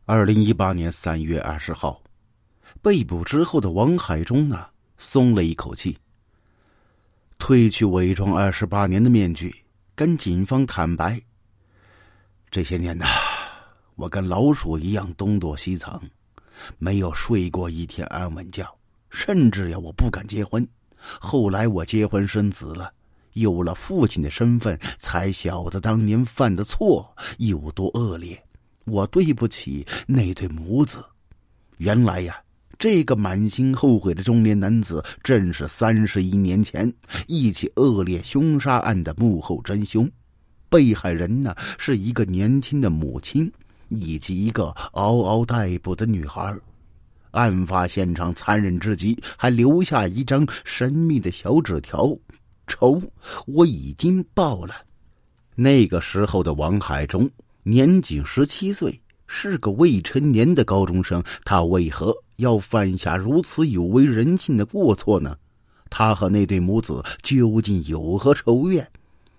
2018年3月20号，被捕之后的王海忠呢，松了一口气，褪去伪装28年的面具，跟警方坦白：这些年呢，我跟老鼠一样东躲西藏，没有睡过一天安稳觉，甚至我不敢结婚。后来我结婚生子了，有了父亲的身份，才晓得当年犯的错有多恶劣。我对不起那对母子。原来这个满心后悔的中年男子，正是31年前一起恶劣凶杀案的幕后真凶。被害人呢，是一个年轻的母亲，以及一个嗷嗷待哺的女孩。案发现场残忍至极，还留下一张神秘的小纸条：仇，我已经报了。那个时候的王海忠年仅17岁，是个未成年的高中生，他为何要犯下如此有违人性的过错呢？他和那对母子究竟有何仇怨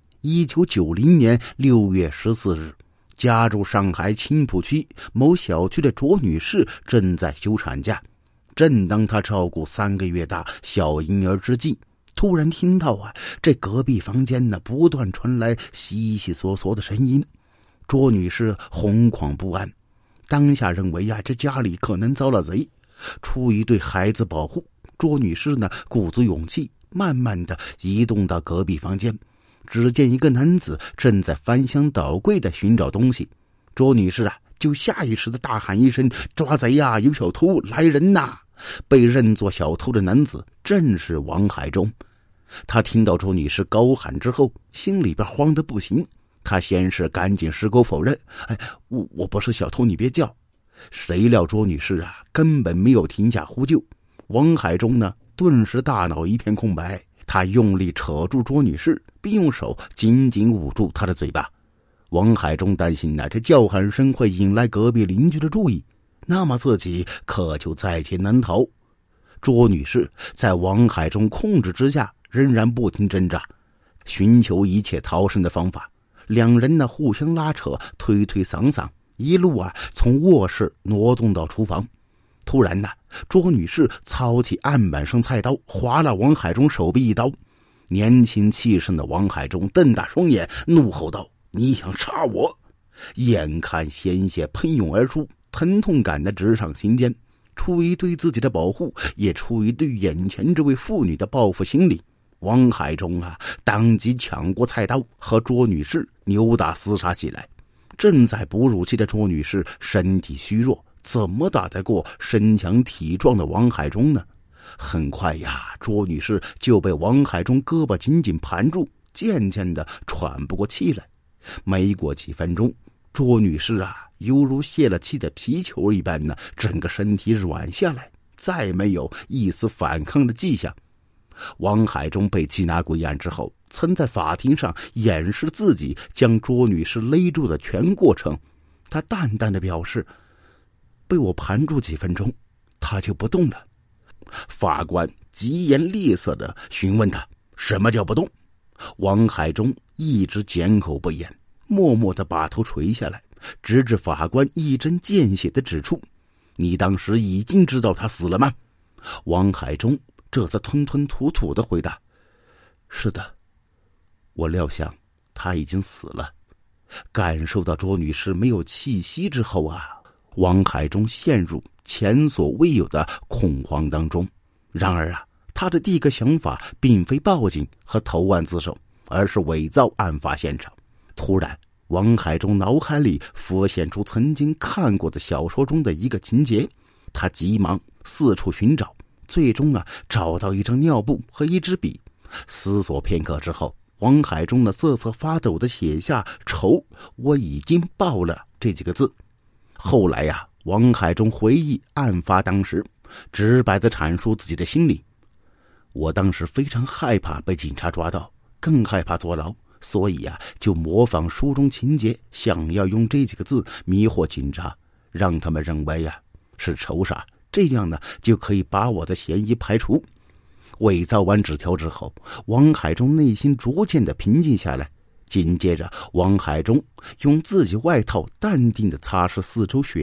？1990年6月14日，家住上海青浦区某小区的卓女士正在休产假。正当她照顾3个月大小婴儿之际，突然听到这隔壁房间呢不断传来悉悉索索的声音。卓女士惶恐不安，当下认为这家里可能遭了贼。出于对孩子保护，卓女士呢鼓足勇气，慢慢的移动到隔壁房间。只见一个男子正在翻箱倒柜的寻找东西。卓女士就下意识的大喊一声：抓贼有小偷，来人呐！被认作小偷的男子正是王海忠。他听到卓女士高喊之后，心里边慌得不行。他先是赶紧矢口否认：我不是小偷，你别叫。谁料卓女士根本没有停下呼救。王海忠呢顿时大脑一片空白，他用力扯住卓女士，并用手紧紧捂住她的嘴巴。王海忠担心这叫喊声会引来隔壁邻居的注意，那么自己可就在劫难逃。卓女士在王海忠控制之下，仍然不停挣扎，寻求一切逃生的方法。两人呢互相拉扯，推推搡搡，一路从卧室挪动到厨房。突然卓女士操起案板上菜刀，划了王海忠手臂一刀。年轻气盛的王海忠瞪大双眼，怒吼道：你想杀我！眼看鲜血喷涌而出，疼痛感的直上心间。出于对自己的保护，也出于对眼前这位妇女的报复心理，王海忠当即抢过菜刀，和卓女士扭打厮杀起来。正在哺乳期的卓女士身体虚弱，怎么打得过身强体壮的王海忠呢？很快卓女士就被王海忠胳膊紧紧盘住，渐渐的喘不过气来。没过几分钟，卓女士犹如泄了气的皮球一般整个身体软下来，再没有一丝反抗的迹象。王海忠被缉拿归案之后，曾在法庭上演示自己将卓女士勒住的全过程。他淡淡的表示：被我盘住几分钟，他就不动了。法官疾言厉色的询问他：什么叫不动？王海忠一直缄口不言，默默地把头垂下来，直至法官一针见血地指出：你当时已经知道他死了吗？王海忠这次吞吞吐吐地回答：是的，我料想他已经死了。感受到卓女士没有气息之后王海忠陷入前所未有的恐慌当中。然而他的第一个想法并非报警和投案自首，而是伪造案发现场。突然，王海忠脑海里浮现出曾经看过的小说中的一个情节，他急忙四处寻找，最终找到一张尿布和一支笔。思索片刻之后，王海忠瑟瑟发抖地写下仇，我已经报了这几个字。后来王海忠回忆案发当时，直白地阐述自己的心理：我当时非常害怕被警察抓到，更害怕坐牢，所以就模仿书中情节，想要用这几个字迷惑警察，让他们认为是仇杀，这样就可以把我的嫌疑排除。伪造完纸条之后，王海忠内心逐渐的平静下来。紧接着，王海忠用自己外套淡定地擦拭四周血迹，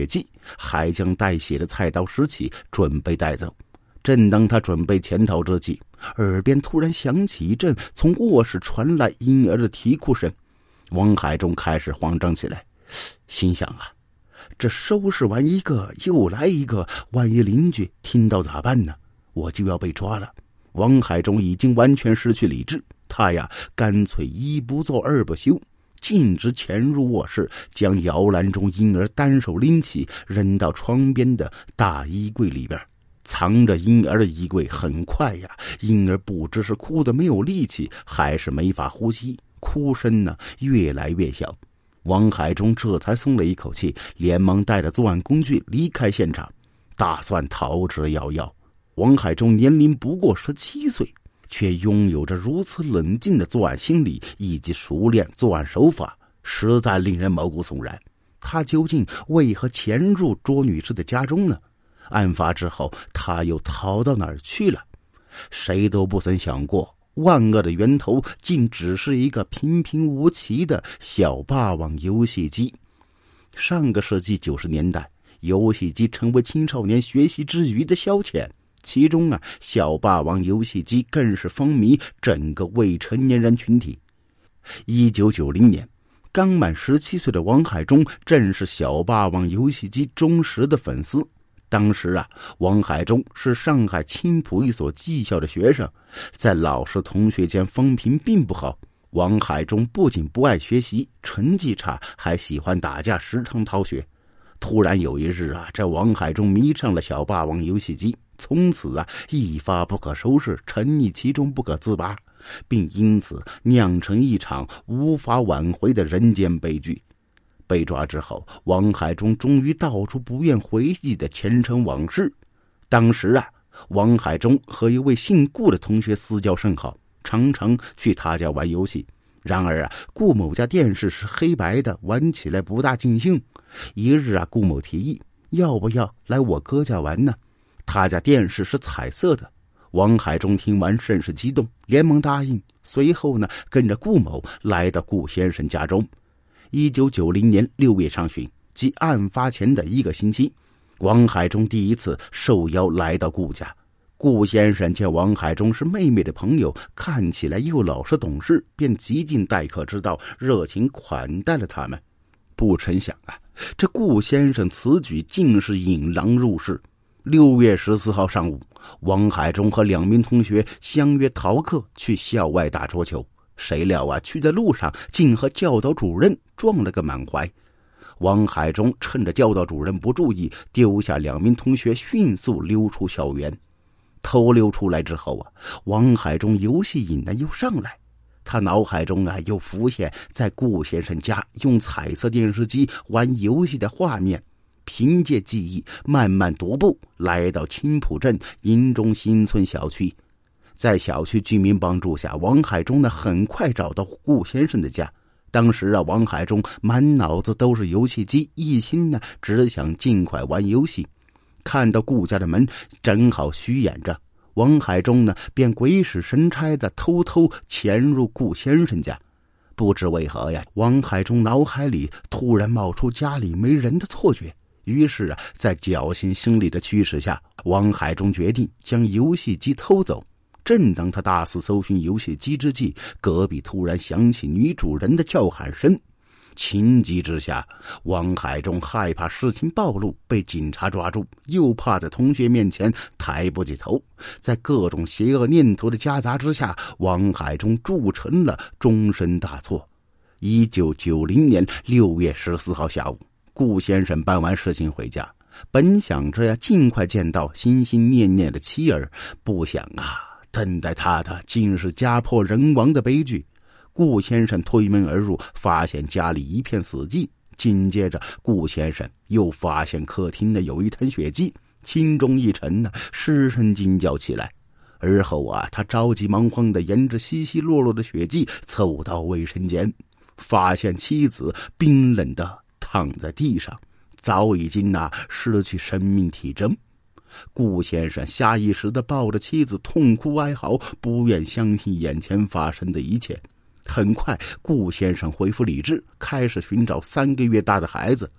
还将带血的菜刀拾起，准备带走。正当他准备潜逃之际，耳边突然响起一阵从卧室传来婴儿的啼哭声。王海忠开始慌张起来，心想啊，这收拾完一个又来一个，万一邻居听到咋办呢？我就要被抓了。王海忠已经完全失去理智，他呀干脆一不做二不休，径直潜入卧室，将摇篮中婴儿单手拎起，扔到窗边的大衣柜里边。藏着婴儿的衣柜很快呀，婴儿不知是哭得没有力气，还是没法呼吸，哭声呢越来越小。王海忠这才松了一口气，连忙带着作案工具离开现场，打算逃之夭夭。王海忠年龄不过17岁，却拥有着如此冷静的作案心理以及熟练作案手法，实在令人毛骨悚然。他究竟为何潜入卓女士的家中呢？案发之后他又逃到哪儿去了？谁都不曾想过，万恶的源头竟只是一个平平无奇的小霸王游戏机。上个世纪90年代，游戏机成为青少年学习之余的消遣，其中小霸王游戏机更是风靡整个未成年人群体。1990年，刚满17岁的王海忠正是小霸王游戏机忠实的粉丝。当时王海忠是上海青浦一所技校的学生，在老师同学间风评并不好。王海忠不仅不爱学习，成绩差，还喜欢打架，时常逃学。突然有一日这王海忠迷上了小霸王游戏机，从此一发不可收拾，沉溺其中不可自拔，并因此酿成一场无法挽回的人间悲剧。被抓之后，王海忠终于道出不愿回忆的前尘往事。当时王海忠和一位姓顾的同学私交甚好，常常去他家玩游戏。然而顾某家电视是黑白的，玩起来不大尽兴。一日顾某提议要不要来我哥家玩呢？他家电视是彩色的。王海忠听完甚是激动，连忙答应。随后跟着顾某来到顾先生家中。1990年6月上旬，即案发前的1个星期，王海忠第一次受邀来到顾家。顾先生见王海忠是妹妹的朋友，看起来又老实懂事，便极尽待客之道，热情款待了他们。不成想这顾先生此举竟是引狼入室。6月14号上午，王海忠和2名同学相约逃课去校外打桌球。谁料去的路上竟和教导主任撞了个满怀。王海忠趁着教导主任不注意，丢下2名同学，迅速溜出校园。偷溜出来之后王海忠游戏瘾又上来，他脑海中又浮现在顾先生家用彩色电视机玩游戏的画面。凭借记忆慢慢踱步来到青浦镇银中新村小区。在小区居民帮助下，王海忠很快找到顾先生的家。当时王海忠满脑子都是游戏机，一心只想尽快玩游戏。看到顾家的门正好虚掩着，王海忠便鬼使神差的偷偷潜入顾先生家。不知为何王海忠脑海里突然冒出家里没人的错觉。于是在侥幸心理的驱使下，王海忠决定将游戏机偷走。正当他大肆搜寻游戏机之际，隔壁突然响起女主人的叫喊声。情急之下，王海忠害怕事情暴露被警察抓住，又怕在同学面前抬不起头，在各种邪恶念头的夹杂之下，王海忠铸成了终身大错。1990年6月14号下午，顾先生办完事情回家，本想着尽快见到心心念念的妻儿，不想等待他的竟是家破人亡的悲剧。顾先生推门而入，发现家里一片死寂。紧接着顾先生又发现客厅有一滩血迹，心中一沉失声惊叫起来。而后他着急忙慌地沿着稀稀落落的血迹凑到卫生间，发现妻子冰冷地躺在地上，早已经失去生命体征。顾先生下意识地抱着妻子痛哭哀嚎，不愿相信眼前发生的一切。很快顾先生恢复理智，开始寻找3个月大的孩子。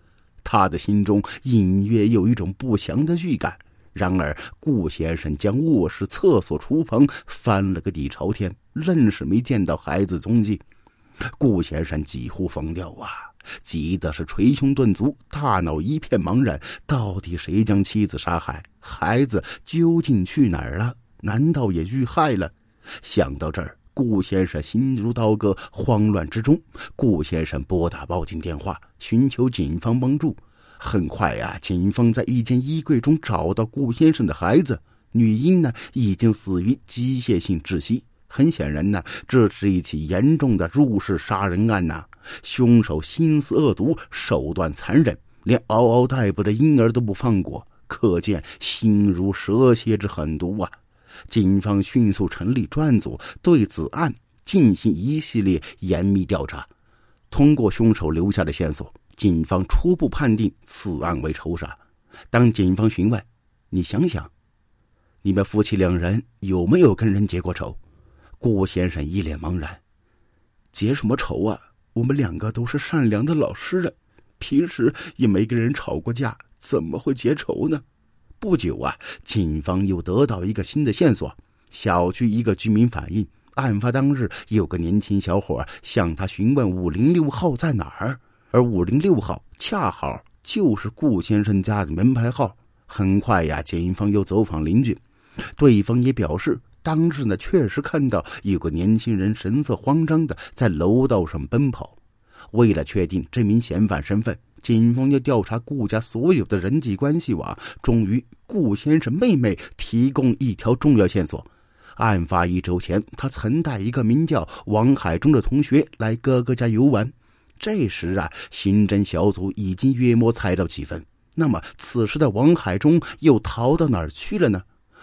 他的心中隐约有一种不祥的预感。然而顾先生将卧室、厕所、厨房翻了个底朝天，愣是没见到孩子踪迹。顾先生几乎疯掉啊，急得是捶胸顿足，大脑一片茫然。到底谁将妻子杀害？孩子究竟去哪儿了？难道也遇害了？想到这儿，顾先生心如刀割，慌乱之中，顾先生拨打报警电话，寻求警方帮助。很快啊，警方在一间衣柜中找到顾先生的孩子，女婴呢已经死于机械性窒息。很显然呢，这是一起严重的入室杀人案呐！凶手心思恶毒，手段残忍，连嗷嗷待哺的婴儿都不放过，可见心如蛇蝎之狠毒啊！警方迅速成立专案组，对此案进行一系列严密调查。通过凶手留下的线索，警方初步判定此案为仇杀。当警方询问你想想，你们夫妻两人有没有跟人结过仇？顾先生一脸茫然，结什么仇啊？我们两个都是善良的老实人，平时也没跟人吵过架，怎么会结仇呢？不久啊，警方又得到一个新的线索。小区一个居民反映，案发当日有个年轻小伙向他询问506号在哪儿，而506号恰好就是顾先生家的门牌号。很快呀，警方又走访邻居，对方也表示当日呢确实看到有个年轻人神色慌张的在楼道上奔跑。为了确定这名嫌犯身份，警方要调查顾家所有的人际关系网。终于，顾先生妹妹提供一条重要线索。案发1周前，他曾带一个名叫王海忠的同学来哥哥家游玩。这时啊，刑侦小组已经约摸猜到几分。那么，此时的王海忠又逃到哪儿去了呢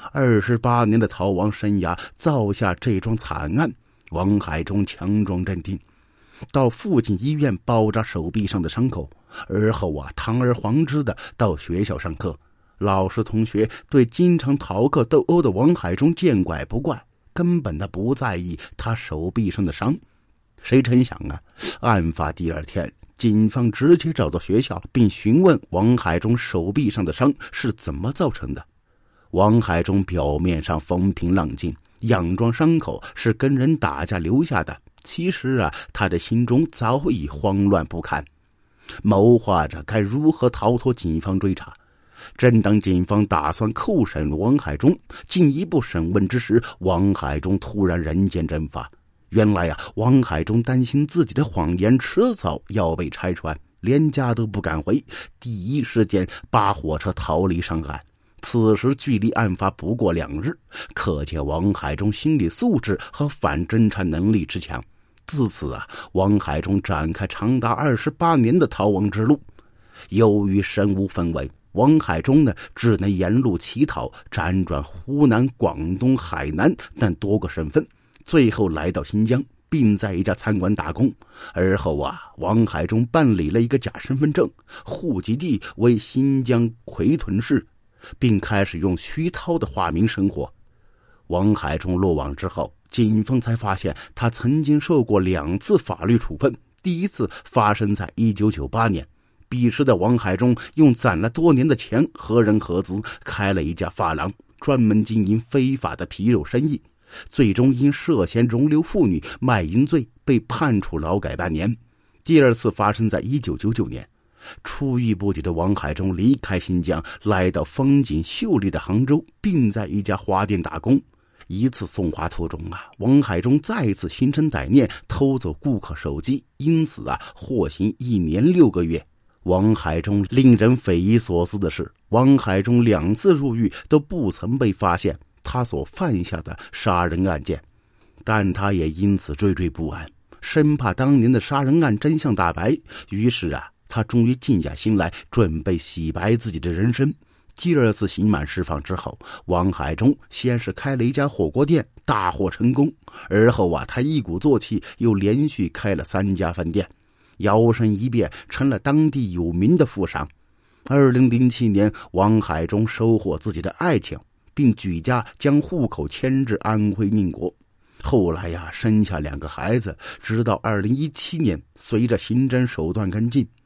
？28年的逃亡生涯造下这桩惨案。王海忠强装镇定，到附近医院包扎手臂上的伤口，而后啊，堂而皇之的到学校上课。老师同学对经常逃课斗殴的王海忠见怪不怪，根本的不在意他手臂上的伤。谁成想啊，案发第2天，警方直接找到学校，并询问王海忠手臂上的伤是怎么造成的。王海忠表面上风平浪静，佯装伤口是跟人打架留下的，其实啊，他的心中早已慌乱不堪，谋划着该如何逃脱警方追查。正当警方打算扣审王海忠，进一步审问之时，王海忠突然人间蒸发。原来啊，王海忠担心自己的谎言迟早要被拆穿，连家都不敢回，第一时间扒火车逃离上海。此时距离案发不过2日，可见王海忠心理素质和反侦查能力之强。自此啊，王海忠展开长达28年的逃亡之路。由于身无分文，王海忠呢只能沿路乞讨，辗转湖南、广东、海南等多个省份，最后来到新疆，并在一家餐馆打工。而后啊，王海忠办理了一个假身份证，户籍地为新疆奎屯市，并开始用徐涛的化名生活。王海忠落网之后，警方才发现他曾经受过2次法律处分，第一次发生在1998年。彼时的王海忠用攒了多年的钱和人合资开了一家发廊，专门经营非法的皮肉生意，最终因涉嫌容留妇女卖淫罪被判处劳改半年。第2次发生在1999年，出狱不久的王海忠离开新疆，来到风景秀丽的杭州，并在一家花店打工。一次送花途中啊，王海忠再次心生歹念，偷走顾客手机，因此啊，获刑1年6个月。王海忠令人匪夷所思的是，王海忠2次入狱都不曾被发现他所犯下的杀人案件，但他也因此惴惴不安，生怕当年的杀人案真相大白。于是啊，他终于静下心来，准备洗白自己的人生。第2次刑满释放之后，王海忠先是开了一家火锅店，大获成功。而后啊，他一鼓作气，又连续开了3家分店，摇身一变成了当地有名的富商。2007年，王海忠收获自己的爱情，并举家将户口迁至安徽宁国。后来呀，生下2个孩子。直到2017年，随着刑侦手段跟进，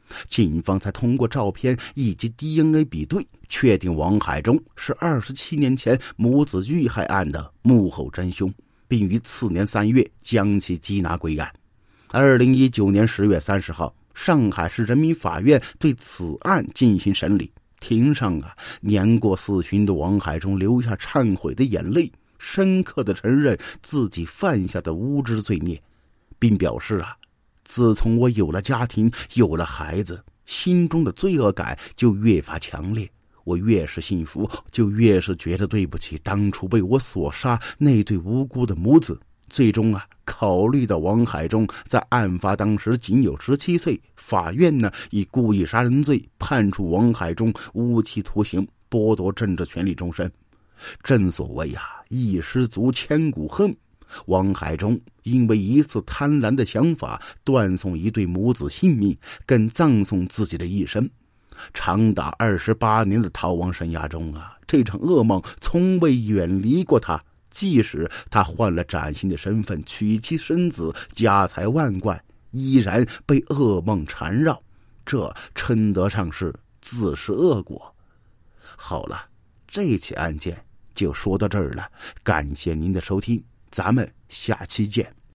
警方才通过照片以及 DNA 比对，确定王海忠是27年前母子遇害案的幕后真凶，并于次年3月将其缉拿归案。2019年10月30号，上海市人民法院对此案进行审理。庭上年过40旬的王海忠流下忏悔的眼泪，深刻地承认自己犯下的无知罪孽，并表示自从我有了家庭，有了孩子，心中的罪恶感就越发强烈。我越是幸福，就越是觉得对不起当初被我所杀那对无辜的母子。最终考虑到王海忠在案发当时仅有17岁，法院以故意杀人罪判处王海忠无期徒刑，剥夺政治权利终身。正所谓一失足千古恨。王海忠因为一次贪婪的想法，断送一对母子性命，更葬送自己的一生。长达28年的逃亡生涯中这场噩梦从未远离过他。即使他换了崭新的身份，娶妻生子，家财万贯，依然被噩梦缠绕，这称得上是自食恶果。好了，这起案件就说到这儿了，感谢您的收听，咱们下期见。